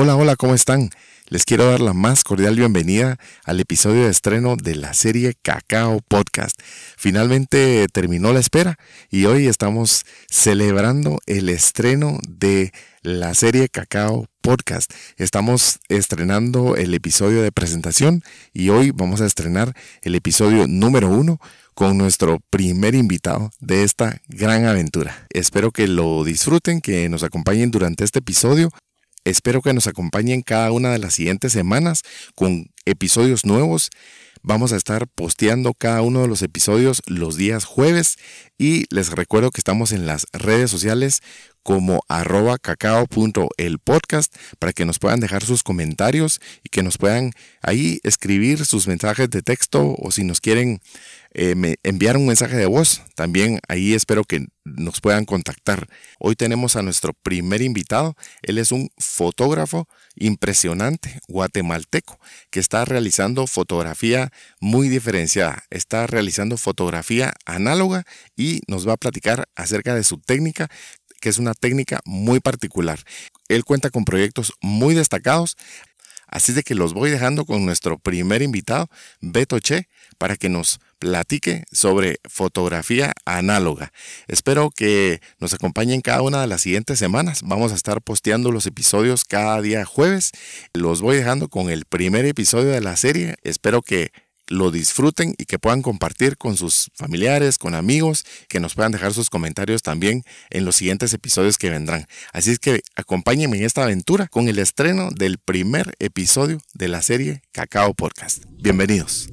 Hola, hola, ¿cómo están? Les quiero dar la más cordial bienvenida al episodio de estreno de la serie Cacao Podcast. Finalmente terminó la espera y hoy estamos celebrando el estreno de la serie Cacao Podcast. Estamos estrenando el episodio de presentación y hoy vamos a estrenar el episodio número 1 con nuestro primer invitado de esta gran aventura. Espero que lo disfruten, que nos acompañen durante este episodio. Espero que nos acompañen cada una de las siguientes semanas con episodios nuevos. Vamos a estar posteando cada uno de los episodios los días jueves y les recuerdo que estamos en las redes sociales como @cacao.elpodcast para que nos puedan dejar sus comentarios y que nos puedan ahí escribir sus mensajes de texto o si nos quieren enviar un mensaje de voz, también ahí espero que nos puedan contactar. Hoy tenemos a nuestro primer invitado. Él es un fotógrafo impresionante guatemalteco que está realizando fotografía muy diferenciada. Está realizando fotografía análoga y nos va a platicar acerca de su técnica, que es una técnica muy particular. Él cuenta con proyectos muy destacados, así de que los voy dejando con nuestro primer invitado, Beto Che, para que nos platique sobre fotografía análoga. Espero que nos acompañen cada una de las siguientes semanas. Vamos a estar posteando los episodios cada día jueves. Los voy dejando con el primer episodio de la serie. Espero que lo disfruten y que puedan compartir con sus familiares, con amigos, que nos puedan dejar sus comentarios también en los siguientes episodios que vendrán. Así es que acompáñenme en esta aventura con el estreno del primer episodio de la serie Cacao Podcast. Bienvenidos.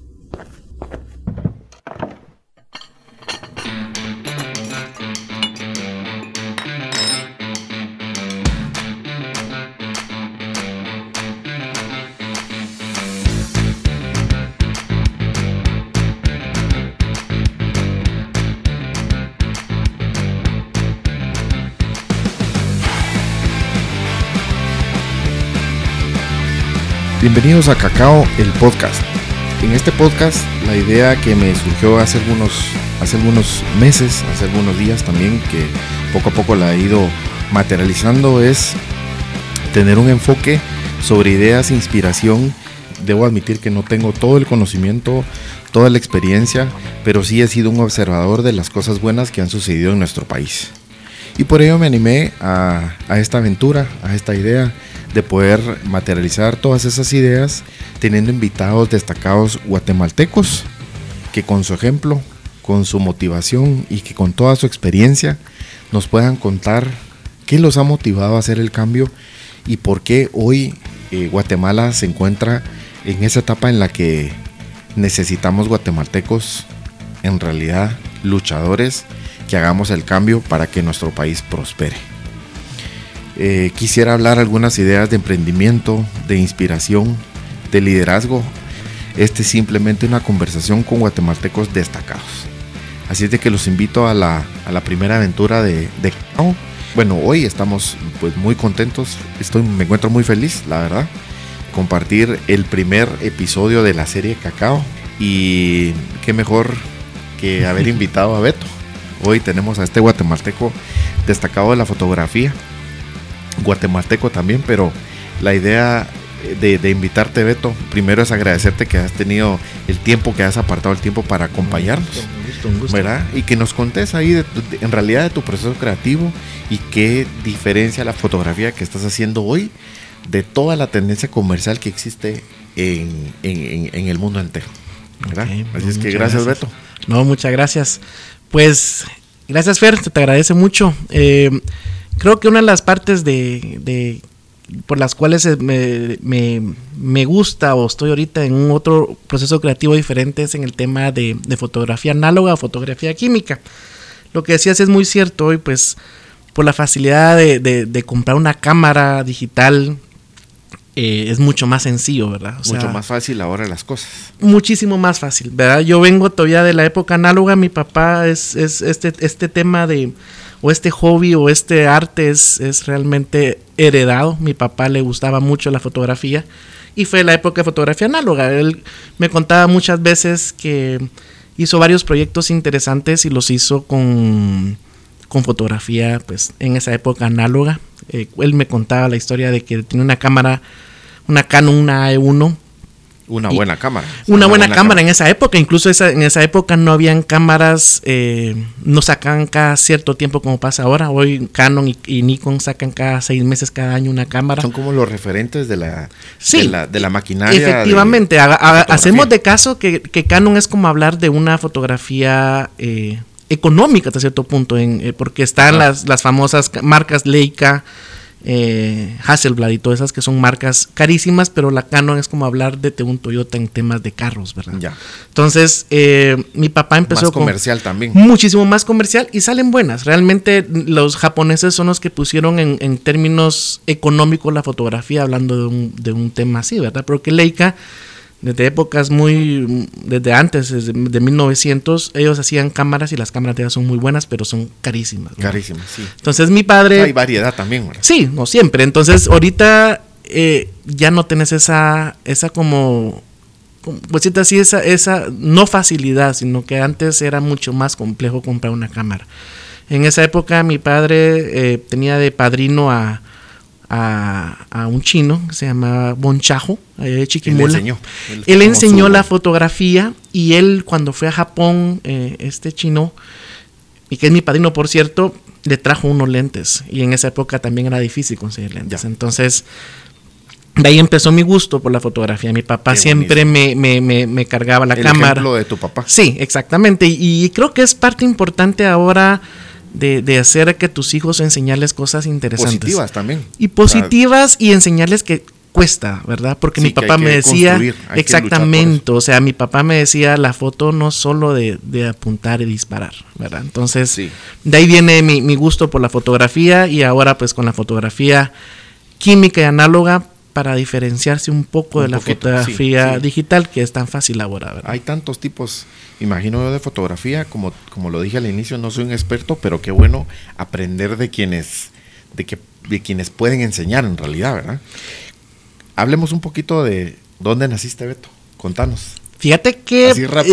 Bienvenidos a Cacao, el podcast. En este podcast, la idea que me surgió hace algunos meses, hace algunos días también, que poco a poco la he ido materializando, es tener un enfoque sobre ideas, inspiración. Debo admitir que no tengo todo el conocimiento, toda la experiencia, pero sí he sido un observador de las cosas buenas que han sucedido en nuestro país. Y por ello me animé a esta aventura, a esta idea de poder materializar todas esas ideas teniendo invitados destacados guatemaltecos que con su ejemplo, con su motivación y que con toda su experiencia nos puedan contar qué los ha motivado a hacer el cambio y por qué hoy Guatemala se encuentra en esa etapa en la que necesitamos guatemaltecos en realidad luchadores que hagamos el cambio para que nuestro país prospere. Quisiera hablar algunas ideas de emprendimiento, de inspiración, de liderazgo. Este es simplemente una conversación con guatemaltecos destacados. Así es de que los invito a la primera aventura de Cacao. Bueno, hoy estamos pues muy contentos, me encuentro muy feliz, la verdad, compartir el primer episodio de la serie Cacao. Y qué mejor que haber invitado a Beto. Hoy tenemos a este guatemalteco destacado de la fotografía, guatemalteco también, pero la idea de invitarte, Beto, primero es agradecerte que has tenido el tiempo, que has apartado el tiempo para acompañarnos, un gusto. ¿verdad? Y que nos contes ahí en realidad de tu proceso creativo y qué diferencia la fotografía que estás haciendo hoy de toda la tendencia comercial que existe en el mundo entero, ¿verdad? Okay, así es que gracias, Beto. No, muchas gracias. Pues gracias, Fer, te agradece mucho. Creo que una de las partes por las cuales me gusta o estoy ahorita en un otro proceso creativo diferente es en el tema de fotografía análoga o fotografía química. Lo que decías es muy cierto hoy, pues por la facilidad de comprar una cámara digital es mucho más sencillo, ¿verdad? Mucho más fácil ahora las cosas. Muchísimo más fácil, ¿verdad? Yo vengo todavía de la época análoga. Mi papá es este tema o este hobby o este arte es realmente heredado. Mi papá le gustaba mucho la fotografía y fue la época de fotografía análoga. Él me contaba muchas veces que hizo varios proyectos interesantes y los hizo con fotografía, pues en esa época análoga. Él me contaba la historia de que tenía una cámara, una Canon, una AE1. Una buena cámara. Una buena cámara en esa época. Incluso en esa época no habían cámaras, no sacaban cada cierto tiempo como pasa ahora. Hoy Canon y Nikon sacan cada 6 meses, cada año una cámara. Son como los referentes de la maquinaria. Efectivamente. Hacemos de caso que Canon es como hablar de una fotografía económica hasta cierto punto, porque están las famosas marcas Leica, Hasselblad y todas esas que son marcas carísimas, pero la Canon es como hablar de un Toyota en temas de carros, ¿verdad? Ya. Entonces, mi papá empezó más comercial también. Muchísimo más comercial y salen buenas. Realmente los japoneses son los que pusieron en términos económicos la fotografía, hablando de un tema así, ¿verdad? Porque Leica, desde épocas desde antes, desde 1900, ellos hacían cámaras y las cámaras de ellos son muy buenas, pero son carísimas, ¿no? Carísimas, sí. Entonces mi padre... Hay variedad también, ¿verdad? Sí, no siempre. Entonces ahorita ya no tenés esa como pues así, esa no facilidad, sino que antes era mucho más complejo comprar una cámara. En esa época mi padre tenía de padrino a un chino que se llamaba Bonchajo, de Chiquimula. Él enseñó la fotografía, y él, cuando fue a Japón, este chino, y que es mi padrino por cierto, le trajo unos lentes, y en esa época también era difícil conseguir lentes. Ya. Entonces de ahí empezó mi gusto por la fotografía. Mi papá siempre me cargaba la cámara. El ejemplo de tu papá. Sí, exactamente, y creo que es parte importante ahora de hacer que tus hijos, enseñarles cosas interesantes. Positivas también. Y positivas, y enseñarles que cuesta, ¿verdad? Porque mi papá me decía, exactamente, o sea, mi papá me decía, la foto no solo de apuntar y disparar, ¿verdad? Entonces, de ahí viene mi gusto por la fotografía, y ahora pues con la fotografía química y análoga, para diferenciarse un poco de la fotografía digital, que es tan fácil ahora, ¿verdad? Hay tantos tipos, imagino yo, de fotografía, como lo dije al inicio, no soy un experto, pero qué bueno aprender de quienes pueden enseñar en realidad, ¿verdad? Hablemos un poquito de dónde naciste, Beto. Contanos. Fíjate que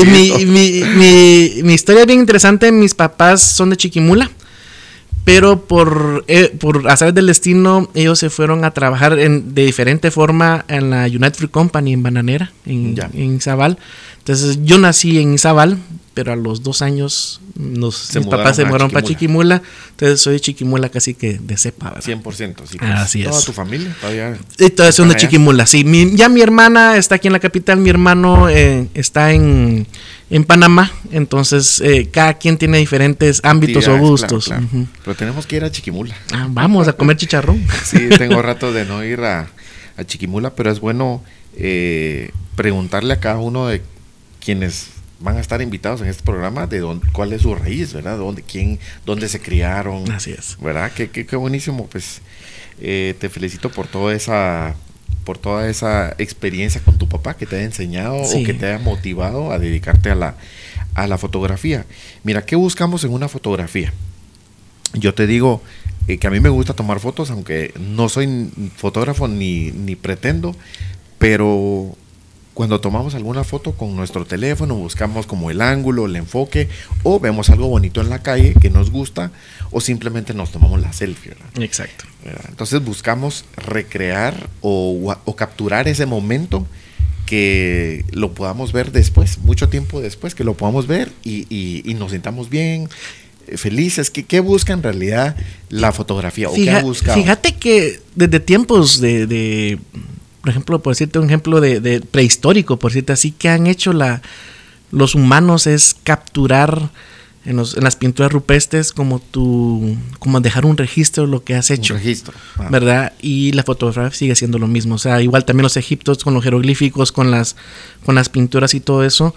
mi historia es bien interesante. Mis papás son de Chiquimula, pero por azares del destino, ellos se fueron a trabajar de diferente forma en la United Fruit Company en Bananera, en Izabal. Entonces yo nací en Izabal, pero a los 2 años mis papás se mudaron para Chiquimula. Entonces soy de Chiquimula casi que de cepa, ¿verdad? 100%. Sí, pues, así es. ¿Toda tu familia todavía? Todavía son de Chiquimula, sí. Ya mi hermana está aquí en la capital, mi hermano está en Panamá. Entonces cada quien tiene diferentes ámbitos o gustos. Claro. Pero tenemos que ir a Chiquimula. Vamos a comer chicharrón. Sí, tengo rato de no ir a Chiquimula, pero es bueno preguntarle a cada uno de quienes van a estar invitados en este programa de cuál es su raíz, ¿verdad? Dónde se criaron. Así es. ¿Verdad? Qué buenísimo. Pues te felicito por toda esa experiencia con tu papá, que te haya enseñado o que te haya motivado a dedicarte a la fotografía. Mira, ¿qué buscamos en una fotografía? Yo te digo que a mí me gusta tomar fotos, aunque no soy fotógrafo ni pretendo, pero cuando tomamos alguna foto con nuestro teléfono, buscamos como el ángulo, el enfoque, o vemos algo bonito en la calle que nos gusta, o simplemente nos tomamos la selfie, ¿verdad? Exacto. ¿Verdad? Entonces buscamos recrear o capturar ese momento, que lo podamos ver después, mucho tiempo después, que lo podamos ver y nos sintamos bien, felices. ¿Qué busca en realidad la fotografía? ¿O qué ha buscado? Fíjate que desde tiempos de por ejemplo, por decirte un ejemplo de prehistórico, por decirte así, que han hecho los humanos es capturar en las pinturas rupestres como dejar un registro de lo que has hecho. Un registro. ¿Verdad? Y la fotografía sigue siendo lo mismo. O sea, igual también los egipcios con los jeroglíficos, con las pinturas y todo eso,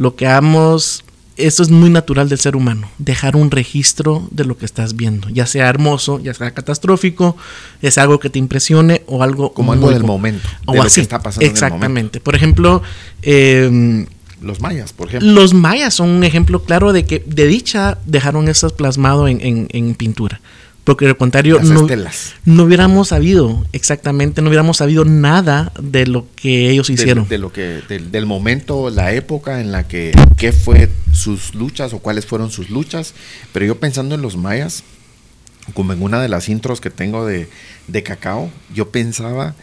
eso es muy natural del ser humano, dejar un registro de lo que estás viendo, ya sea hermoso, ya sea catastrófico, es algo que te impresione o algo como algo del momento, de lo que está pasando. Exactamente. Por ejemplo, los mayas, por ejemplo. Los mayas son un ejemplo claro de que de dicha dejaron eso plasmado en pintura. Porque al contrario, no hubiéramos sabido nada de lo que ellos hicieron. Del momento, la época en la qué fue sus luchas o cuáles fueron sus luchas. Pero yo pensando en los mayas, como en una de las intros que tengo de Cacao, yo pensaba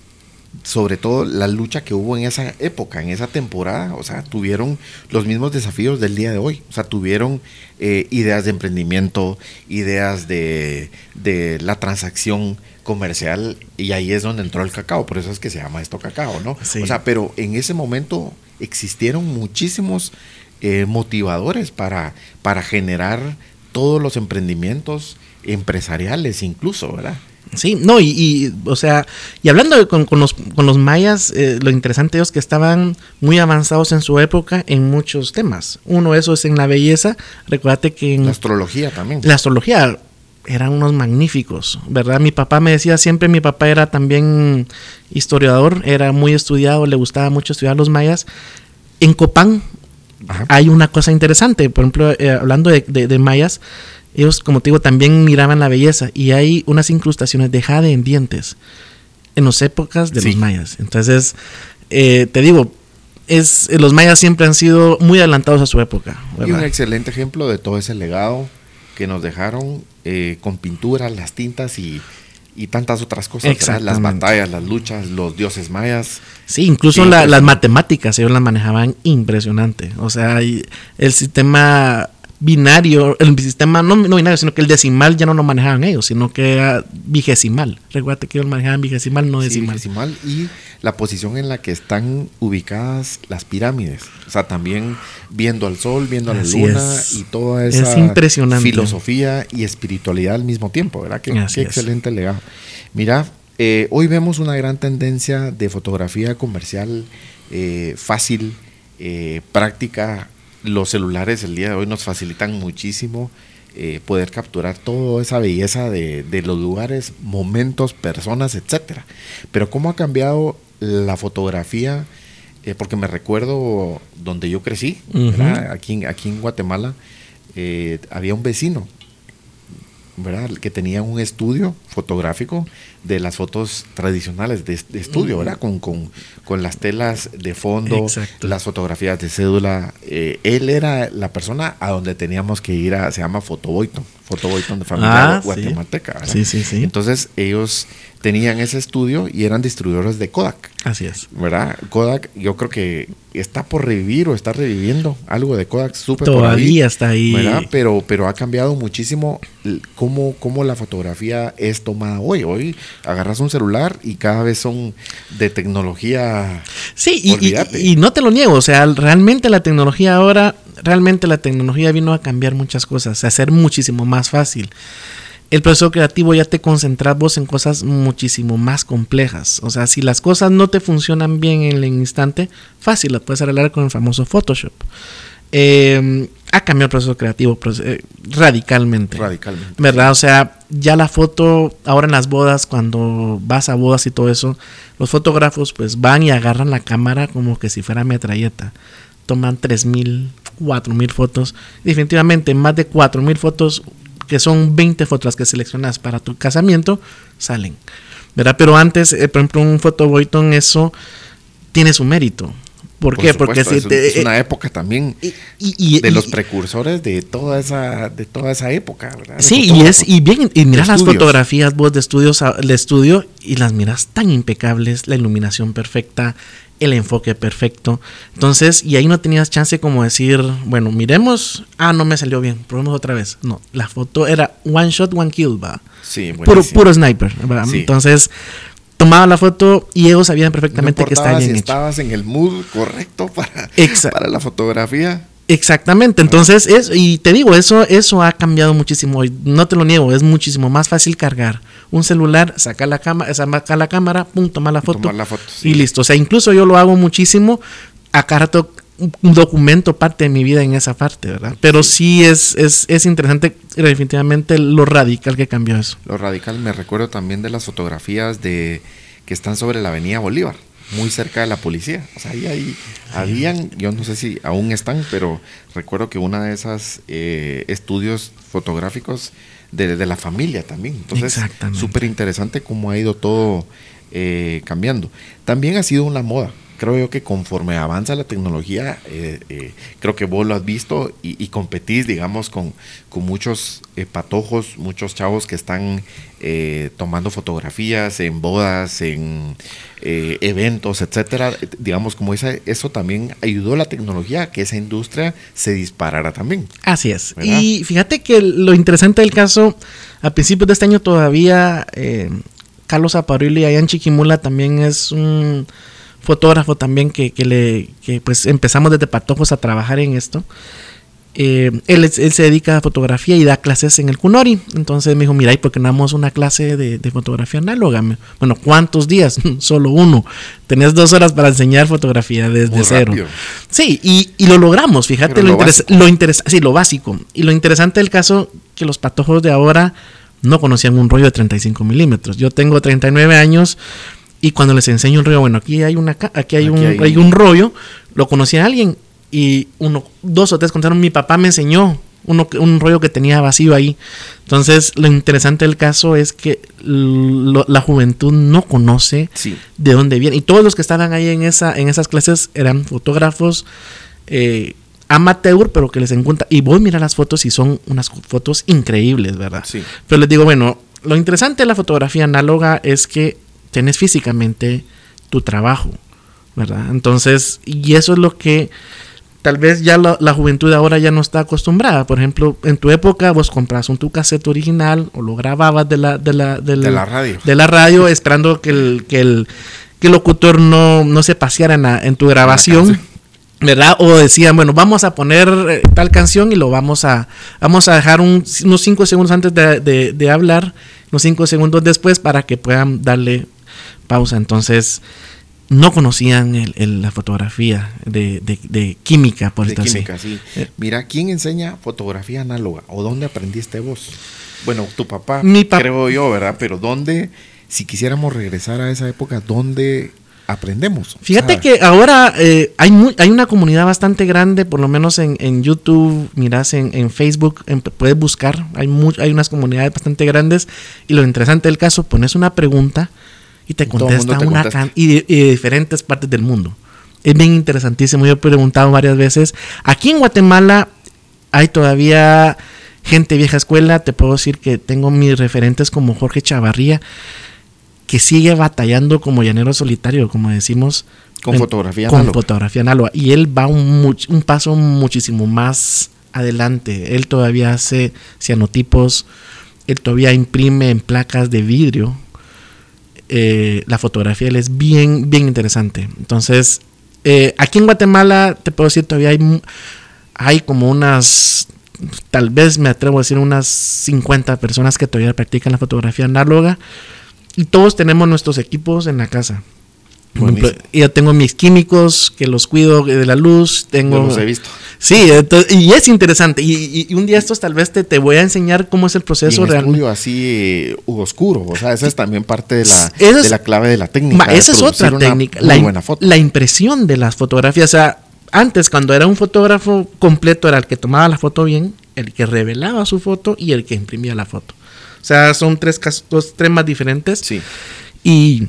sobre todo la lucha que hubo en esa época, en esa temporada. O sea, tuvieron los mismos desafíos del día de hoy. O sea, tuvieron ideas de emprendimiento, ideas de la transacción comercial, y ahí es donde entró el cacao. Por eso es que se llama esto cacao, ¿no? Sí. O sea, pero en ese momento existieron muchísimos motivadores para generar todos los emprendimientos empresariales incluso, ¿verdad? Sí, no, o sea, y hablando con los mayas, lo interesante es que estaban muy avanzados en su época en muchos temas. Uno, eso es en la belleza. Recuérdate que en la astrología también. La astrología eran unos magníficos, ¿verdad? Mi papá me decía siempre, mi papá era también historiador, era muy estudiado, le gustaba mucho estudiar los mayas. En Copán hay una cosa interesante, por ejemplo, hablando de mayas, ellos, como te digo, también miraban la belleza, y hay unas incrustaciones de jade en dientes en las épocas de los mayas. Entonces, te digo, los mayas siempre han sido muy adelantados a su época, ¿verdad? Y un excelente ejemplo de todo ese legado que nos dejaron con pinturas, las tintas y tantas otras cosas, las batallas, las luchas, los dioses mayas. Sí, incluso las matemáticas ellos las manejaban impresionante. O sea, el sistema binario, el sistema no binario, sino que el decimal ya no lo manejaban ellos, sino que era vigesimal. Recuerda que ellos manejaban vigesimal, no decimal. Sí, vigesimal, y la posición en la que están ubicadas las pirámides. O sea, también viendo al sol, viendo a la luna y toda esa filosofía y espiritualidad al mismo tiempo, ¿verdad? Qué excelente legado. Mira, hoy vemos una gran tendencia de fotografía comercial fácil, práctica. Los celulares el día de hoy nos facilitan muchísimo poder capturar toda esa belleza de los lugares, momentos, personas, etcétera. Pero cómo ha cambiado la fotografía, porque me recuerdo donde yo crecí, ¿verdad? Aquí en Guatemala, había un vecino, ¿verdad?, que tenía un estudio fotográfico de las fotos tradicionales de estudio, ¿verdad? Con las telas de fondo, las fotografías de cédula. Él era la persona a donde teníamos que ir se llama Fotoboyton de familia guatemalteca, ¿verdad? Sí. Entonces ellos tenían ese estudio y eran distribuidores de Kodak. Así es. ¿Verdad? Kodak, yo creo que está por revivir o está reviviendo algo de Kodak, todavía está ahí, ¿verdad? Pero ha cambiado muchísimo cómo la fotografía es tomada hoy. Hoy agarras un celular y cada vez son de tecnología. Sí, y no te lo niego, o sea, realmente la tecnología vino a cambiar muchas cosas, a hacer muchísimo más fácil. El proceso creativo ya te concentras vos en cosas muchísimo más complejas. O sea, si las cosas no te funcionan bien en el instante, fácil, las puedes arreglar con el famoso Photoshop. Ha cambiado el proceso creativo radicalmente. ¿Verdad? Sí. O sea, ya la foto, ahora en las bodas, cuando vas a bodas y todo eso, los fotógrafos pues van y agarran la cámara como que si fuera metralleta. Toman 3,000, 4,000 fotos. Definitivamente más de 4,000 fotos, que son 20 fotos que seleccionas para tu casamiento, salen, ¿verdad? Pero antes, por ejemplo, un Fotoboyton, eso tiene su mérito. ¿Por qué? Supuesto, porque es una época también de los precursores de toda esa época, ¿verdad? Sí, y miras las fotografías vos de estudio y las miras tan impecables, la iluminación perfecta, el enfoque perfecto. Entonces, y ahí no tenías chance como decir, bueno, miremos, no me salió bien, probemos otra vez. No, la foto era one shot, one kill, ¿va? Sí, puro sniper, ¿verdad? Sí. Entonces, tomaba la foto y ellos sabían perfectamente que estaba bien hecho. Estabas en el mood correcto para la fotografía. Exactamente, entonces y te digo, eso ha cambiado muchísimo. No te lo niego, es muchísimo más fácil cargar un celular, sacar la cámara, tomar la foto, sí. Y listo. O sea, incluso yo lo hago muchísimo, acá rato documento parte de mi vida en esa parte, ¿verdad? Pero sí es interesante definitivamente lo radical que cambió eso. Lo radical, me recuerdo también de las fotografías que están sobre la avenida Bolívar, muy cerca de la policía. O sea, ahí habían, yo no sé si aún están, pero recuerdo que una de esas estudios fotográficos de la familia también. Entonces, súper interesante cómo ha ido todo cambiando. También ha sido una moda. creo yo que conforme avanza la tecnología, creo que vos lo has visto y competís, digamos, con muchos patojos, muchos chavos que están tomando fotografías en bodas, en eventos, etcétera. Digamos, como eso también ayudó la tecnología a que esa industria se disparara también. Así es. ¿Verdad? Y fíjate que lo interesante del caso, a principios de este año todavía, Carlos Aparillo allá en Chiquimula también es un fotógrafo también que pues empezamos desde patojos a trabajar en esto. Él se dedica a fotografía y da clases en el CUNORI. Entonces me dijo, mira, ¿y por qué no damos una clase de fotografía análoga? Bueno, ¿cuántos días? Solo uno. Tenés 2 horas para enseñar fotografía desde Muy cero. rápido. Sí, y lo logramos, fíjate lo básico. Y lo interesante del caso, que los patojos de ahora no conocían un rollo de 35 milímetros. Yo tengo 39 años y cuando les enseño un rollo, bueno, aquí hay un rollo, lo conocía alguien. Y 2 o 3 contaron, mi papá me enseñó un rollo que tenía vacío ahí. Entonces, lo interesante del caso es que la juventud no conoce de dónde viene. Y todos los que estaban ahí en esas clases eran fotógrafos amateur, pero que les encanta. Y voy a mirar las fotos y son unas fotos increíbles, ¿verdad? Sí. Pero les digo, bueno, lo interesante de la fotografía análoga es que tenés físicamente tu trabajo, ¿verdad? Entonces, y eso es lo que tal vez ya la juventud ahora ya no está acostumbrada. Por ejemplo, en tu época vos compras tu cassette original o lo grababas de la radio esperando que el locutor no se paseara en tu grabación, ¿verdad? O decían, bueno, vamos a poner tal canción y lo vamos a dejar unos 5 segundos antes de hablar, unos 5 segundos después para que puedan darle pausa. Entonces no conocían la fotografía de química, por decirlo así. De química, sí. Mira, ¿quién enseña fotografía análoga? ¿O dónde aprendiste vos? Bueno, tu papá, creo yo, ¿verdad? Pero ¿dónde, si quisiéramos regresar a esa época, dónde aprendemos? Fíjate que ahora hay una comunidad bastante grande, por lo menos en YouTube, miras en Facebook, puedes buscar, hay unas comunidades bastante grandes, y lo interesante del caso, pones una pregunta y te contesta y de diferentes partes del mundo. Es bien interesantísimo. Yo he preguntado varias veces. Aquí en Guatemala hay todavía gente vieja escuela. Te puedo decir que tengo mis referentes como Jorge Chavarría, que sigue batallando como llanero solitario, como decimos. Con fotografía análoga. Y él va un paso muchísimo más adelante. Él todavía hace cianotipos. Él todavía imprime en placas de vidrio. La fotografía él es bien, bien interesante. Entonces, aquí en Guatemala, te puedo decir, todavía hay como unas, tal vez me atrevo a decir, unas 50 personas que todavía practican la fotografía análoga. Y todos tenemos nuestros equipos en la casa. Por ejemplo, yo tengo mis químicos que los cuido de la luz. Yo los he visto. Sí, y es interesante. Y un día tal vez te voy a enseñar cómo es el proceso real. Un estudio así oscuro. O sea, esa es también parte de la clave de la técnica. Esa es otra técnica. Buena foto. La impresión de las fotografías. O sea, antes, cuando era un fotógrafo completo, era el que tomaba la foto bien, el que revelaba su foto y el que imprimía la foto. O sea, son 3 temas diferentes. Sí. Y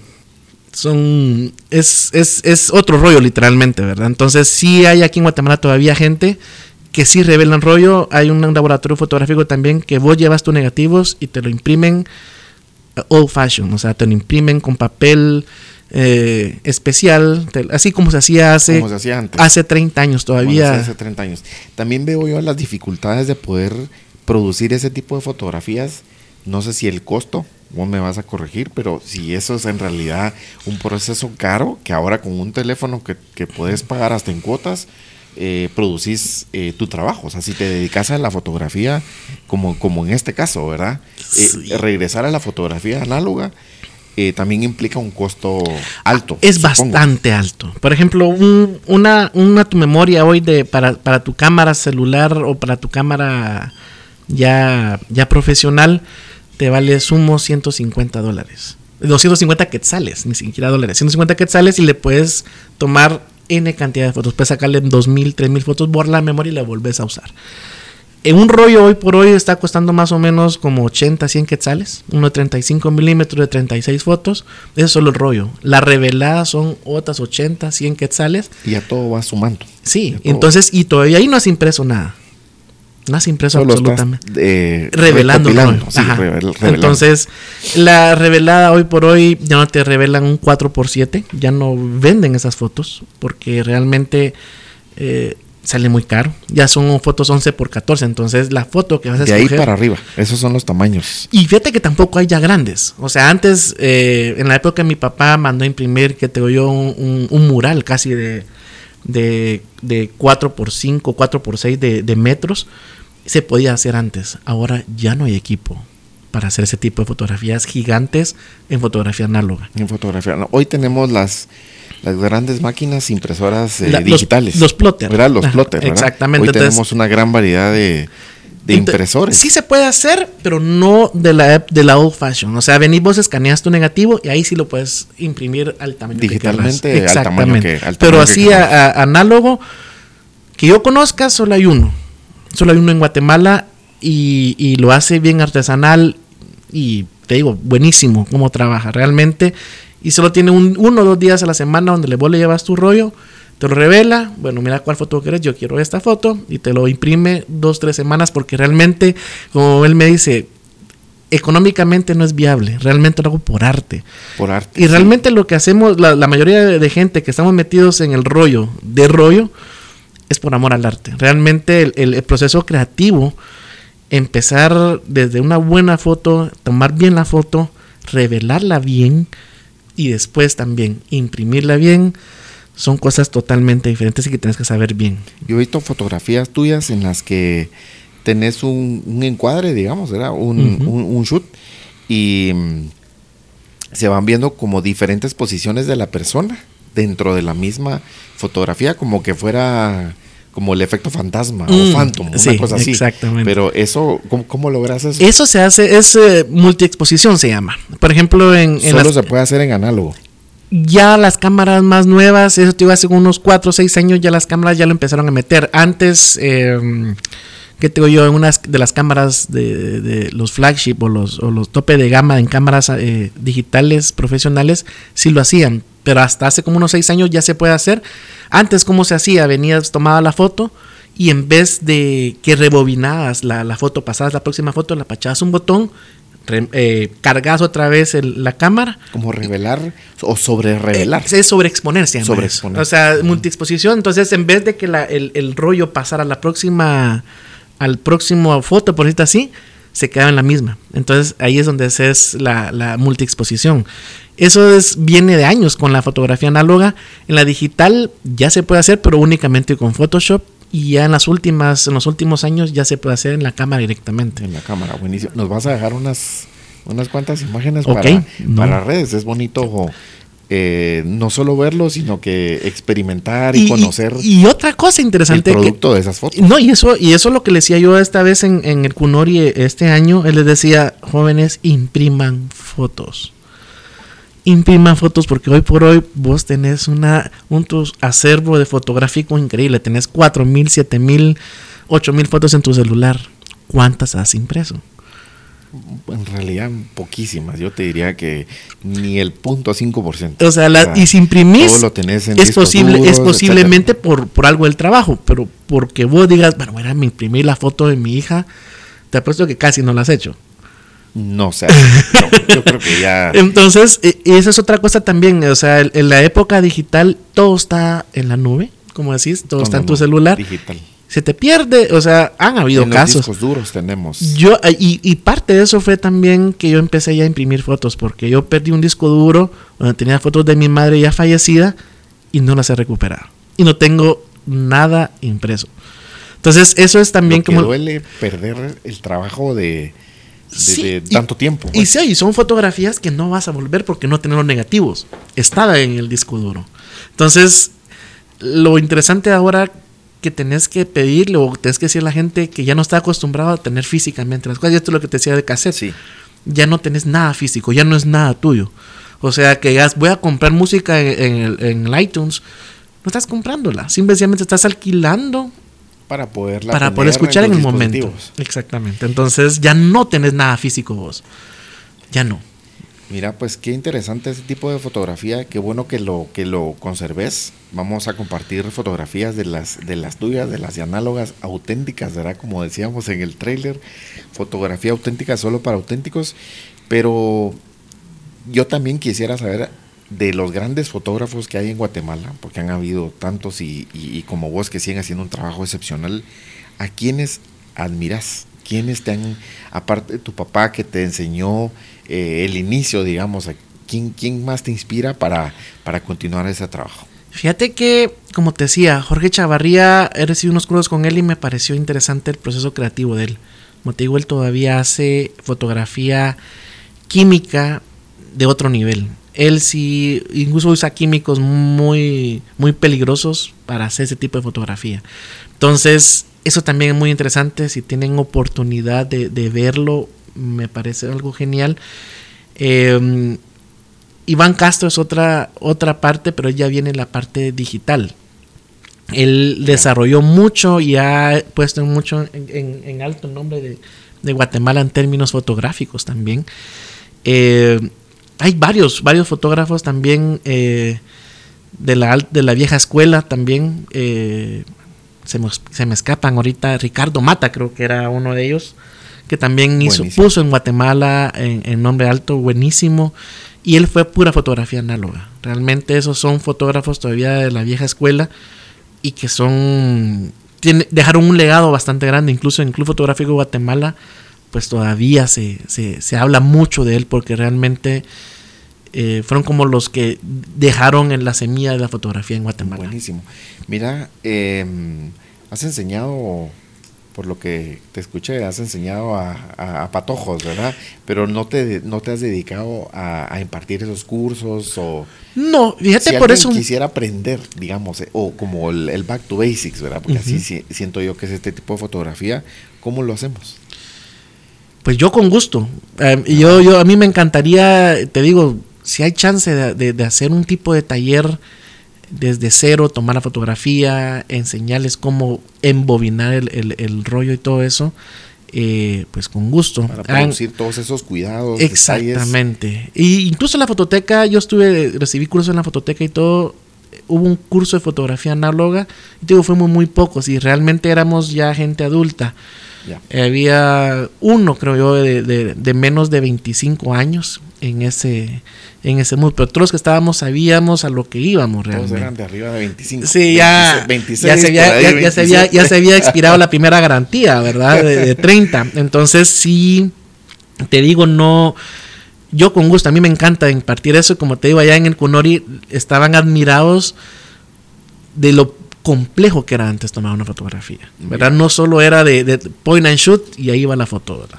es otro rollo literalmente, ¿verdad? Entonces sí hay aquí en Guatemala todavía gente que sí revelan rollo. Hay un laboratorio fotográfico también que vos llevas tus negativos y te lo imprimen old fashion, o sea, te lo imprimen con papel especial, así como se hacía antes. Hace 30 años todavía. Hace 30 años. También veo yo las dificultades de poder producir ese tipo de fotografías. No sé si el costo, vos me vas a corregir, pero si eso es en realidad un proceso caro, que ahora con un teléfono que puedes pagar hasta en cuotas, producís tu trabajo. O sea, si te dedicas a la fotografía, como en este caso, ¿verdad? Regresar a la fotografía análoga también implica un costo alto. Es bastante alto. Por ejemplo, tu memoria hoy para tu cámara celular o para tu cámara ya profesional te vale sumo $150. 250 quetzales, ni siquiera dólares. 150 quetzales y le puedes tomar N cantidad de fotos. Puedes sacarle 2,000, 3,000 fotos, borrar la memoria y la volvés a usar. En un rollo hoy por hoy está costando más o menos como 80, 100 quetzales. Uno de 35 milímetros de 36 fotos. Eso es solo el rollo. La revelada son otras 80, 100 quetzales. Y ya todo va sumando. Sí, entonces, y todavía ahí no has impreso nada. No has impreso solo absolutamente. Revelando el rollo. Sí, revelando. Entonces, la revelada hoy por hoy ya no te revelan un 4x7. Ya no venden esas fotos porque realmente... sale muy caro. Ya son fotos 11x14. Entonces la foto que vas a escoger... De ahí para arriba. Esos son los tamaños. Y fíjate que tampoco hay ya grandes. O sea, antes, en la época mi papá mandó a imprimir, que te digo yo, un mural casi de 4x5, 4x6 de metros. Se podía hacer antes. Ahora ya no hay equipo para hacer ese tipo de fotografías gigantes en fotografía análoga. En fotografía. No, hoy tenemos las grandes máquinas impresoras digitales. Los plotter. ¿Verdad? Los plotter, ¿verdad? Exactamente. Hoy entonces, tenemos una gran variedad de impresores. Sí se puede hacer, pero no de la old fashion. O sea, venís vos, escaneas tu negativo y ahí sí lo puedes imprimir al tamaño digitalmente, que querrás. Exactamente. Al tamaño pero así análogo, que yo conozca, solo hay uno. Solo hay uno en Guatemala y lo hace bien artesanal y te digo, buenísimo cómo trabaja realmente. Y solo tiene 1 o 2 días a la semana donde vos le llevas tu rollo, te lo revela, bueno, mira cuál foto querés, yo quiero esta foto, y te lo imprime 2-3 semanas, porque realmente, como él me dice, económicamente no es viable, realmente lo hago por arte. Por arte. Y realmente lo que hacemos, la mayoría de gente que estamos metidos en el rollo, es por amor al arte. Realmente el proceso creativo, empezar desde una buena foto, tomar bien la foto, revelarla bien, y después también imprimirla bien, son cosas totalmente diferentes y que tienes que saber bien. Yo he visto fotografías tuyas en las que tenés un encuadre, digamos, ¿verdad? Un shoot, y se van viendo como diferentes posiciones de la persona dentro de la misma fotografía, como que fuera como el efecto fantasma o phantom, una cosa así. Exactamente. Pero eso, ¿cómo logras eso? Eso se hace, es multiexposición se llama. Por ejemplo, solo se puede hacer en análogo. Ya las cámaras más nuevas, eso te iba hace unos 4 o 6 años, ya las cámaras ya lo empezaron a meter. Antes, ¿qué te digo yo? En unas de las cámaras de los flagship o los tope de gama en cámaras digitales profesionales, sí lo hacían. Pero hasta hace como unos 6 años ya se puede hacer. Antes, ¿cómo se hacía? Venías, tomabas la foto y en vez de que rebobinabas la foto, pasabas la próxima foto, la apachabas un botón, cargas otra vez la cámara. Como revelar o sobre revelar. Es sobreexponerse. Sobreexponer. O sea, multiexposición. Entonces, en vez de que el rollo pasara al próximo foto, por decirlo así, se quedaba en la misma. Entonces, ahí es donde es la multiexposición. Eso viene de años con la fotografía análoga. En la digital ya se puede hacer, pero únicamente con Photoshop. Y ya en los últimos años ya se puede hacer en la cámara directamente. En la cámara, buenísimo. Nos vas a dejar unas cuantas imágenes okay, para redes. Es bonito no solo verlo, sino que experimentar y conocer. Y otra cosa interesante. El producto de esas fotos. No, y eso es lo que le decía yo esta vez en el Kunori este año. Él les decía, jóvenes, impriman fotos. Impriman fotos, porque hoy por hoy vos tenés un acervo de fotográfico increíble. Tenés 4,000, 7,000, 8,000 fotos en tu celular. ¿Cuántas has impreso? En realidad, poquísimas. Yo te diría que ni el 0.5%. O sea, y si imprimís, todo lo tenés en es posiblemente etcétera. por algo del trabajo, pero porque vos digas, bueno, mira, me imprimí la foto de mi hija, te apuesto que casi no la has hecho. No, o sea, yo creo que ya. Entonces, esa es otra cosa también. O sea, en la época digital, todo está en la nube, como decís, todo está en tu celular. Digital. Se te pierde, o sea, han habido casos. Los discos duros tenemos. Y parte de eso fue también que yo empecé ya a imprimir fotos, porque yo perdí un disco duro donde tenía fotos de mi madre ya fallecida y no las he recuperado. Y no tengo nada impreso. Entonces, eso es también como. Duele perder el trabajo de tanto tiempo. Y sí, son fotografías que no vas a volver porque no tenés los negativos. Estaba en el disco duro. Entonces, lo interesante ahora que tenés que pedirle o tenés que decirle a la gente que ya no está acostumbrado a tener físicamente las cosas. Y esto es lo que te decía de cassette. Sí. Ya no tenés nada físico, ya no es nada tuyo. O sea, que digas, voy a comprar música en el iTunes. No estás comprándola, simplemente estás alquilando para poderla para poder escuchar en el momento. dispositivos. Exactamente. Entonces ya no tenés nada físico vos. Ya no. Mira, pues qué interesante ese tipo de fotografía, qué bueno que lo conserves. Vamos a compartir fotografías de las tuyas, de las análogas auténticas, ¿verdad? Como decíamos en el tráiler, fotografía auténtica solo para auténticos. Pero yo también quisiera saber de los grandes fotógrafos que hay en Guatemala, porque han habido tantos y como vos que siguen haciendo un trabajo excepcional, ¿a quiénes admiras? ¿Quiénes te han, aparte de tu papá que te enseñó el inicio, digamos, quién más te inspira para continuar ese trabajo? Fíjate que, como te decía, Jorge Chavarría, he recibido unos cursos con él y me pareció interesante el proceso creativo de él. Como te digo, él todavía hace fotografía química de otro nivel. Él sí, incluso usa químicos muy, muy peligrosos para hacer ese tipo de fotografía. Entonces, eso también es muy interesante. Si tienen oportunidad de verlo, me parece algo genial. Iván Castro es otra parte, pero ya viene la parte digital. Él desarrolló mucho y ha puesto mucho en alto el nombre de Guatemala en términos fotográficos también. Hay varios fotógrafos también de la vieja escuela también. Se me escapan ahorita. Ricardo Mata creo que era uno de ellos, que también puso en Guatemala en nombre alto, buenísimo. Y él fue pura fotografía análoga. Realmente esos son fotógrafos todavía de la vieja escuela y que dejaron un legado bastante grande. Incluso en el Club Fotográfico de Guatemala pues todavía se habla mucho de él, porque realmente fueron como los que dejaron en la semilla de la fotografía en Guatemala. Buenísimo. Mira, has enseñado, por lo que te escuché, has enseñado a patojos, ¿verdad? Pero no te has dedicado a impartir esos cursos o... No, fíjate, si por eso... quisiera aprender, digamos, o como el back to basics, ¿verdad? Porque así siento yo que es este tipo de fotografía. ¿Cómo lo hacemos? Pues yo con gusto. A mí me encantaría, te digo, si hay chance de hacer un tipo de taller desde cero, tomar la fotografía, enseñarles cómo embobinar el rollo y todo eso, pues con gusto. Para producir todos esos cuidados. Exactamente. Detalles. Y incluso en la fototeca, recibí cursos en la fototeca y todo. Hubo un curso de fotografía análoga, y te digo, fuimos muy pocos y realmente éramos ya gente adulta. Había uno, creo yo, de menos de 25 años en ese mood, pero todos los que estábamos sabíamos a lo que íbamos realmente. Todos eran de arriba de 25. Sí, 26, ya se había expirado la primera garantía, ¿verdad? De 30. Entonces, sí, te digo, no, yo con gusto, a mí me encanta impartir eso. Como te digo, allá en el Cunori estaban admirados de lo complejo que era antes tomar una fotografía, ¿verdad? No solo era de point and shoot y ahí va la foto, ¿verdad?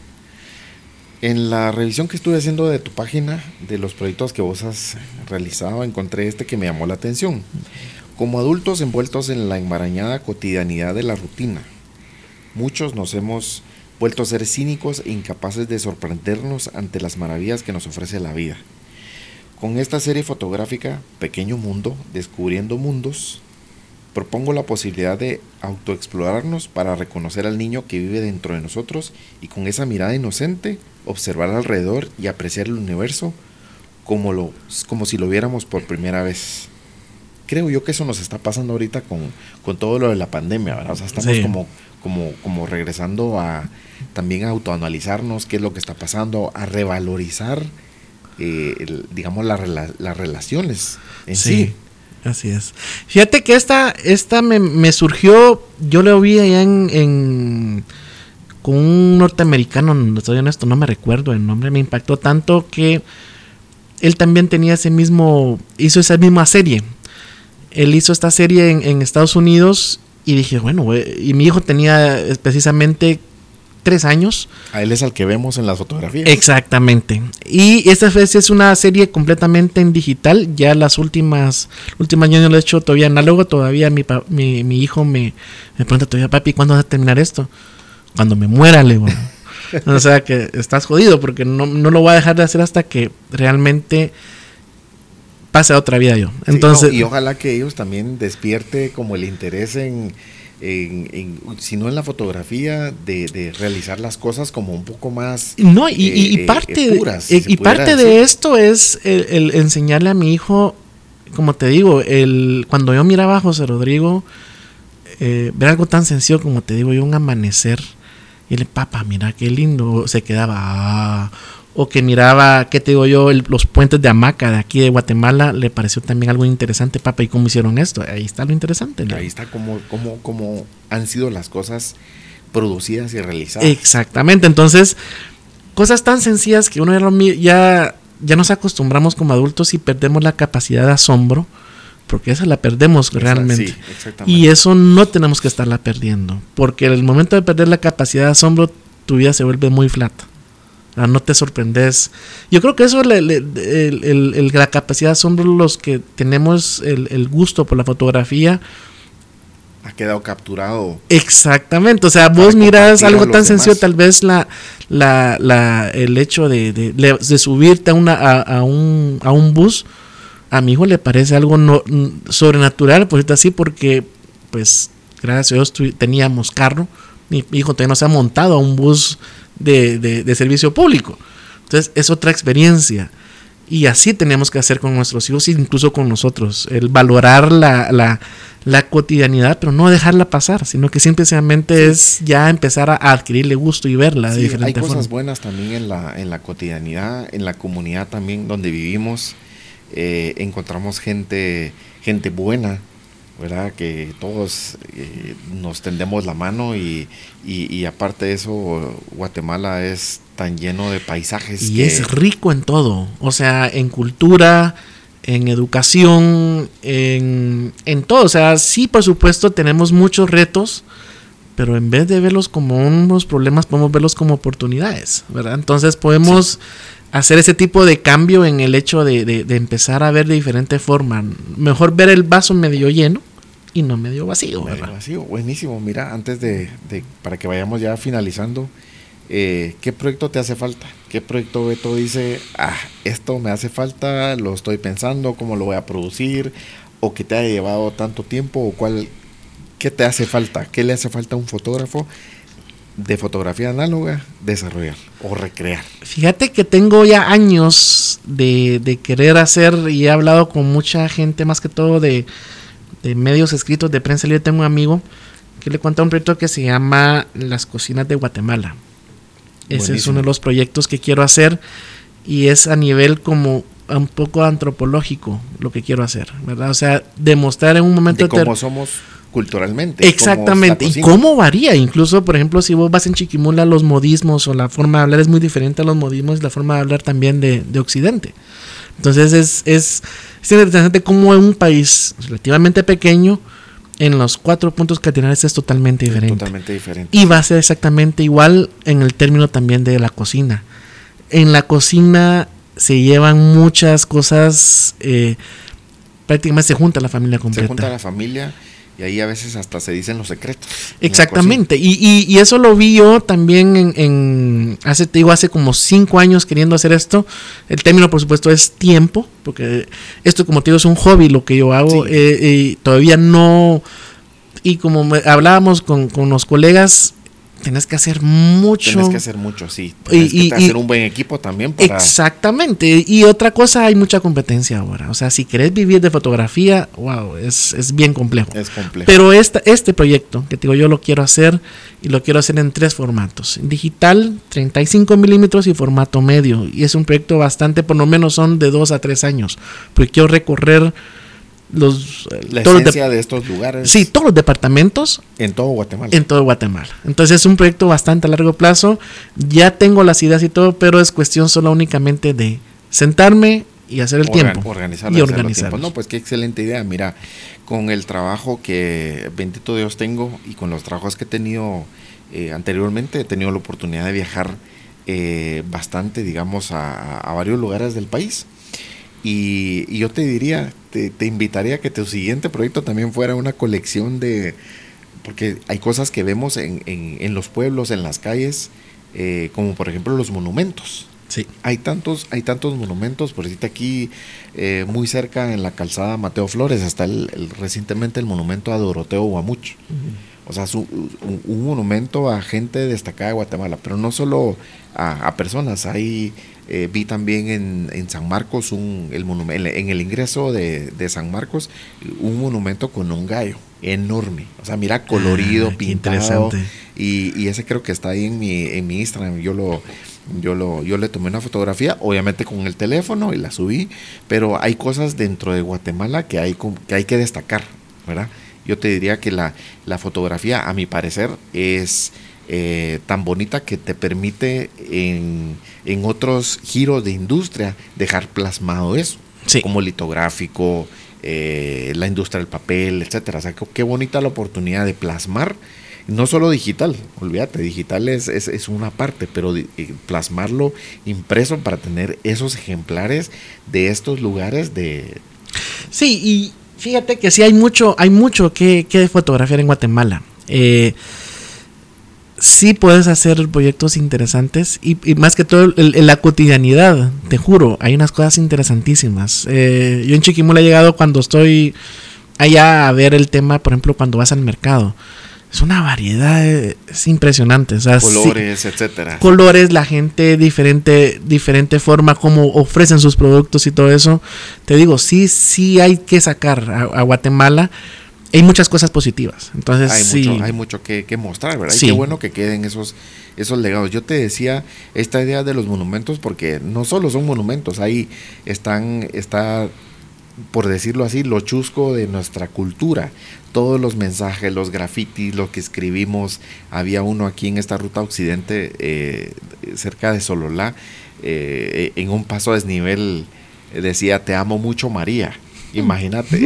En la revisión que estuve haciendo de tu página, de los proyectos que vos has realizado, encontré que me llamó la atención. Como adultos envueltos en la enmarañada cotidianidad de la rutina, muchos nos hemos vuelto a ser cínicos e incapaces de sorprendernos ante las maravillas que nos ofrece la vida. Con esta serie fotográfica, Pequeño Mundo, Descubriendo Mundos, propongo la posibilidad de autoexplorarnos para reconocer al niño que vive dentro de nosotros y con esa mirada inocente observar alrededor y apreciar el universo como si lo viéramos por primera vez. Creo yo que eso nos está pasando ahorita con todo lo de la pandemia, ¿verdad? O sea, estamos como regresando también a autoanalizarnos qué es lo que está pasando, a revalorizar digamos las relaciones en sí. Así es. Fíjate que esta me surgió, yo lo vi allá con un norteamericano, no soy honesto, no me recuerdo el nombre, me impactó tanto que él también hizo esa misma serie. Él hizo esta serie en Estados Unidos y dije, bueno, y mi hijo tenía precisamente 3 años. A él es al que vemos en las fotografías. Exactamente. Y esta vez es una serie completamente en digital. Ya las últimas años lo he hecho todavía análogo. Todavía mi hijo me pregunta todavía, papi, ¿cuándo vas a terminar esto? Cuando me muera, le digo. O sea que estás jodido, porque no lo voy a dejar de hacer hasta que realmente pase a otra vida yo. Entonces, y ojalá que ellos también despierte como el interés en sino en la fotografía, de realizar las cosas como un poco más no, y parte, puras, si y parte de esto es el enseñarle a mi hijo, como te digo, cuando yo miraba a José Rodrigo, ver algo tan sencillo como te digo yo, un amanecer, y le, papá, mira qué lindo, se quedaba, o que miraba, qué te digo yo, los puentes de hamaca de aquí de Guatemala, le pareció también algo interesante, papá, ¿y cómo hicieron esto? Ahí está lo interesante, ¿no? Ahí está cómo han sido las cosas producidas y realizadas. Exactamente, entonces, cosas tan sencillas que uno ya nos acostumbramos como adultos y perdemos la capacidad de asombro, porque esa la perdemos realmente. Sí, exactamente. Y eso no tenemos que estarla perdiendo, porque en el momento de perder la capacidad de asombro, tu vida se vuelve muy flata. No te sorprendes. Yo creo que eso, la capacidad de asombro, los que tenemos el gusto por la fotografía, ha quedado capturado. Exactamente, o sea, vos miras algo tan sencillo, tal vez el hecho de subirte a un bus, a mi hijo le parece algo sobrenatural, pues así, porque pues gracias a Dios teníamos carro, mi hijo todavía no se ha montado a un bus de servicio público, entonces es otra experiencia. Y así tenemos que hacer con nuestros hijos, incluso con nosotros, el valorar la cotidianidad, pero no dejarla pasar, sino que simplemente es ya empezar a adquirirle gusto y verla de diferente forma. Hay cosas buenas también en la cotidianidad, en la comunidad también donde vivimos. Encontramos gente buena, ¿verdad? Que todos nos tendemos la mano y aparte de eso, Guatemala es tan lleno de paisajes. Y es rico en todo, o sea, en cultura, en educación, en todo. O sea, sí, por supuesto, tenemos muchos retos, pero en vez de verlos como unos problemas, podemos verlos como oportunidades, ¿verdad? Entonces podemos hacer ese tipo de cambio en el hecho de empezar a ver de diferente forma. Mejor ver el vaso medio lleno y no medio vacío, ¿verdad? Medio vacío, buenísimo. Mira, antes para que vayamos ya finalizando, ¿qué proyecto te hace falta? ¿Qué proyecto Beto dice, esto me hace falta, lo estoy pensando, cómo lo voy a producir, o que te haya llevado tanto tiempo, o qué te hace falta? ¿Qué le hace falta a un fotógrafo de fotografía análoga desarrollar o recrear? Fíjate que tengo ya años de querer hacer, y he hablado con mucha gente, más que todo de medios escritos, de prensa libre. Tengo un amigo que le cuenta un proyecto que se llama Las Cocinas de Guatemala. Ese es uno de los proyectos que quiero hacer, y es a nivel como un poco antropológico lo que quiero hacer, ¿verdad? O sea, demostrar en un momento de cómo somos culturalmente. Exactamente, y cómo varía. Incluso, por ejemplo, si vos vas en Chiquimula, los modismos o la forma de hablar es muy diferente a los modismos y la forma de hablar también de Occidente. Entonces es interesante cómo en un país relativamente pequeño, en los 4 puntos cardinales es totalmente diferente. Totalmente diferente. Y va a ser exactamente igual en el término también de la cocina. En la cocina se llevan muchas cosas, prácticamente se junta la familia completa. Se junta la familia. Y ahí a veces hasta se dicen los secretos. Exactamente. Y eso lo vi yo también hace como 5 años queriendo hacer esto. El término, por supuesto, es tiempo, porque esto, como te digo, es un hobby lo que yo hago. Sí. Y todavía no. Y como hablábamos con los colegas, Tienes que hacer mucho. Sí. Tienes que hacer un buen equipo también para... Exactamente. Y otra cosa, hay mucha competencia ahora. O sea, si querés vivir de fotografía, wow, es bien complejo. Es complejo. Pero este proyecto, que te digo, yo lo quiero hacer, y lo quiero hacer en 3 formatos. Digital, 35 milímetros y formato medio. Y es un proyecto bastante, por lo menos son de 2 a 3 años. Porque quiero recorrer la esencia de estos lugares. Sí, todos los departamentos. En todo Guatemala. Entonces es un proyecto bastante a largo plazo. Ya tengo las ideas y todo, pero es cuestión solo únicamente de sentarme y hacer el tiempo. Organizarlo. No, pues qué excelente idea. Mira, con el trabajo que, bendito Dios, tengo, y con los trabajos que he tenido anteriormente, he tenido la oportunidad de viajar bastante, digamos, a varios lugares del país. Y yo te diría, te invitaría a que tu siguiente proyecto también fuera una colección de... Porque hay cosas que vemos en los pueblos, en las calles, como por ejemplo los monumentos. Sí. Hay tantos monumentos. Por decirte aquí, muy cerca en la calzada Mateo Flores, está recientemente el monumento a Doroteo Guamuch. Uh-huh. O sea, un monumento a gente destacada de Guatemala, pero no solo a personas. Ahí vi también en San Marcos en el ingreso de San Marcos un monumento con un gallo enorme. O sea, mira, colorido, pintado. Y ese creo que está ahí en mi Instagram. Yo le tomé una fotografía, obviamente con el teléfono, y la subí. Pero hay cosas dentro de Guatemala que hay que destacar, ¿verdad? Yo te diría que la fotografía, a mi parecer, es tan bonita que te permite en otros giros de industria dejar plasmado eso, sí, como litográfico, la industria del papel, etcétera. O sea, qué bonita la oportunidad de plasmar, no solo digital, olvídate, digital es una parte, pero plasmarlo impreso para tener esos ejemplares de estos lugares de... Sí, y fíjate que sí hay mucho que fotografiar en Guatemala. Sí puedes hacer proyectos interesantes y más que todo en la cotidianidad, te juro, hay unas cosas interesantísimas. Yo en Chiquimula he llegado cuando estoy allá a ver el tema, por ejemplo, cuando vas al mercado. Es una variedad, es impresionante. O sea, colores, sí, etcétera. Colores, la gente, diferente forma, cómo ofrecen sus productos y todo eso. Te digo, sí hay que sacar a Guatemala. Hay muchas cosas positivas. Entonces, hay mucho que mostrar, ¿verdad? Sí. Y qué bueno que queden esos legados. Yo te decía esta idea de los monumentos porque no solo son monumentos, ahí está, por decirlo así, lo chusco de nuestra cultura. Todos los mensajes, los grafitis, lo que escribimos. Había uno aquí en esta ruta occidente, cerca de Sololá, en un paso a desnivel, decía: "Te amo mucho, María". Imagínate,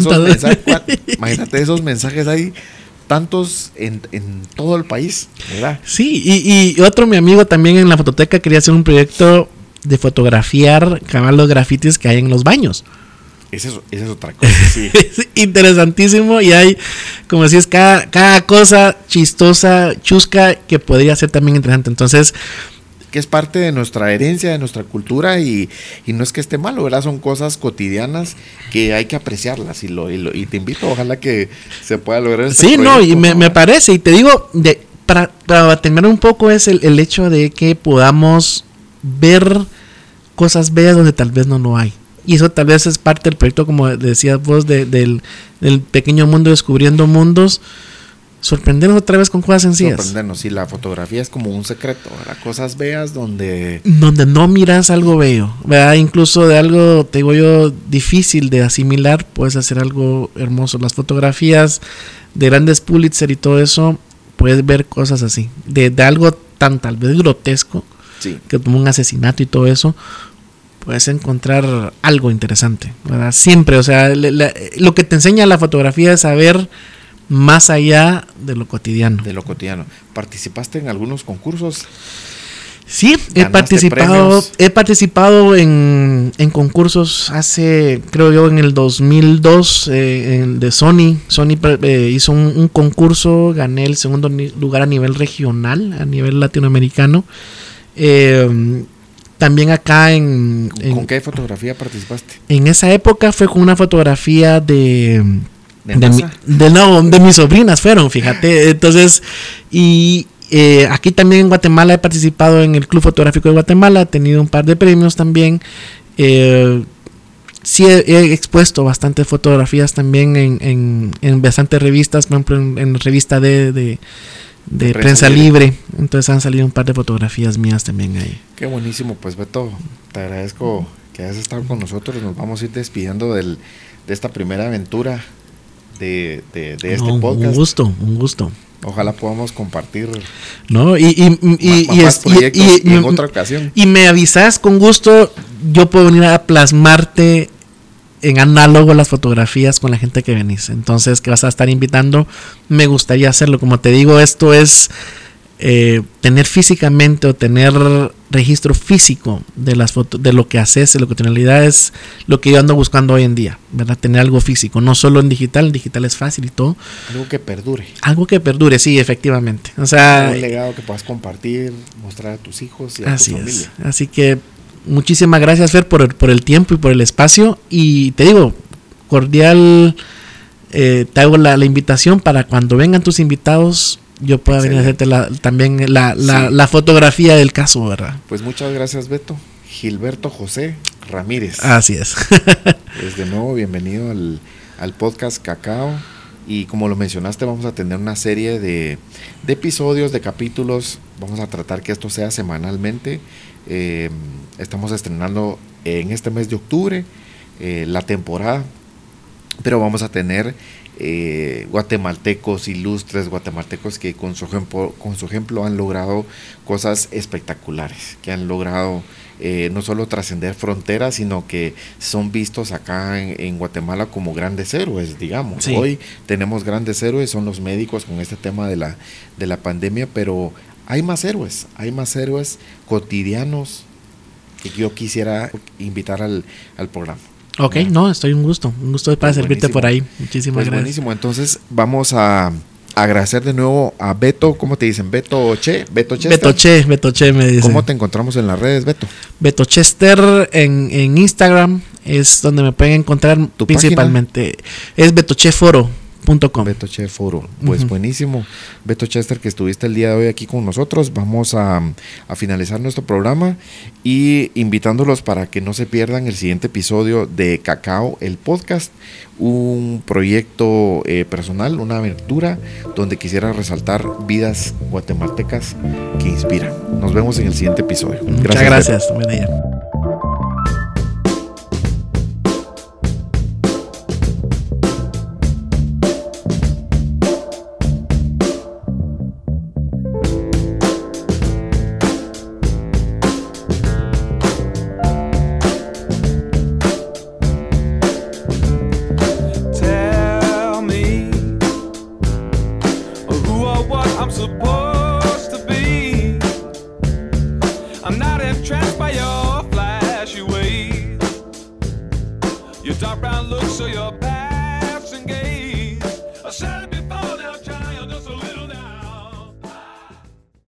imagínate esos mensajes ahí, tantos en todo el país, ¿verdad? Sí, y otro, mi amigo también en la fototeca quería hacer un proyecto de fotografiar los grafitis que hay en los baños. Esa es otra cosa, sí. Es interesantísimo y hay, como decís, cada cosa chistosa, chusca, que podría ser también interesante. Entonces, que es parte de nuestra herencia, de nuestra cultura, y no es que esté malo, ¿verdad? Son cosas cotidianas que hay que apreciarlas, y te invito, ojalá que se pueda lograr este sí, proyecto, no, y me parece, y te digo, para terminar un poco, es el hecho de que podamos ver cosas bellas donde tal vez no lo hay. Y eso tal vez es parte del proyecto, como decías vos, del pequeño mundo descubriendo mundos. Sorprendernos otra vez con cosas sencillas. Sorprendernos, sí, la fotografía es como un secreto, ¿verdad? Cosas bellas donde no miras algo bello, ¿verdad? Incluso de algo, te digo yo, difícil de asimilar, puedes hacer algo hermoso. Las fotografías de grandes Pulitzer y todo eso, puedes ver cosas así, de algo tan tal vez grotesco, sí, que como un asesinato y todo eso, puedes encontrar algo interesante, ¿verdad? Siempre, o sea, lo que te enseña la fotografía es saber más allá de lo cotidiano. ¿Participaste en algunos concursos? Sí, he participado en concursos hace, creo yo, en el 2002, de Sony. Sony hizo un concurso, gané el segundo lugar a nivel regional, a nivel latinoamericano. También acá ¿Con qué fotografía participaste? En esa época fue con una fotografía de mis sobrinas fueron, fíjate. Entonces, y aquí también en Guatemala he participado en el Club Fotográfico de Guatemala, he tenido un par de premios también. Sí he expuesto bastantes fotografías también en bastantes revistas, por ejemplo en revista de Prensa Libre. Entonces han salido un par de fotografías mías también ahí. Qué buenísimo, pues Beto, te agradezco que hayas estado con nosotros. Nos vamos a ir despidiendo de esta primera aventura de este podcast. Un gusto. Ojalá podamos compartir más proyectos en otra ocasión. Y me avisas con gusto, yo puedo venir a plasmarte en análogo las fotografías con la gente que venís. Entonces, que vas a estar invitando, me gustaría hacerlo. Como te digo, esto es tener físicamente o tener registro físico de las fotos, de lo que haces, de lo que en realidad es lo que yo ando buscando hoy en día, ¿verdad? Tener algo físico, no solo en digital es fácil y todo. Algo que perdure, sí, efectivamente. O sea, un legado que puedas compartir, mostrar a tus hijos y a tu familia. Así que muchísimas gracias, Fer, por el tiempo y por el espacio, y te digo, cordial te hago la invitación para cuando vengan tus invitados, yo pueda venir a hacerte también la fotografía del caso, ¿verdad? Pues muchas gracias, Beto. Gilberto José Ramírez. Así es. Pues de nuevo, bienvenido al podcast Cacao. Y como lo mencionaste, vamos a tener una serie de episodios, de capítulos. Vamos a tratar que esto sea semanalmente. Estamos estrenando en este mes de octubre la temporada, pero vamos a tener guatemaltecos ilustres, guatemaltecos que con su ejemplo han logrado cosas espectaculares, que han logrado no solo trascender fronteras, sino que son vistos acá en Guatemala como grandes héroes, digamos. Sí. Hoy tenemos grandes héroes, son los médicos con este tema de la pandemia, pero hay más héroes cotidianos que yo quisiera invitar al programa. Ok, no, estoy un gusto para servirte por ahí. Muchísimas gracias. Buenísimo, entonces vamos a agradecer de nuevo a Beto. ¿Cómo te dicen? Beto Che me dicen. ¿Cómo te encontramos en las redes, Beto? Beto Chester en Instagram es donde me pueden encontrar principalmente. Página? Es betocheforo.com. Betocheforo, pues buenísimo. Beto Chester, que estuviste el día de hoy aquí con nosotros. Vamos a finalizar nuestro programa y invitándolos para que no se pierdan el siguiente episodio de Cacao, el podcast, un proyecto personal, una aventura donde quisiera resaltar vidas guatemaltecas que inspiran. Nos vemos en el siguiente episodio. Muchas gracias. Buen día. I'm not in trance.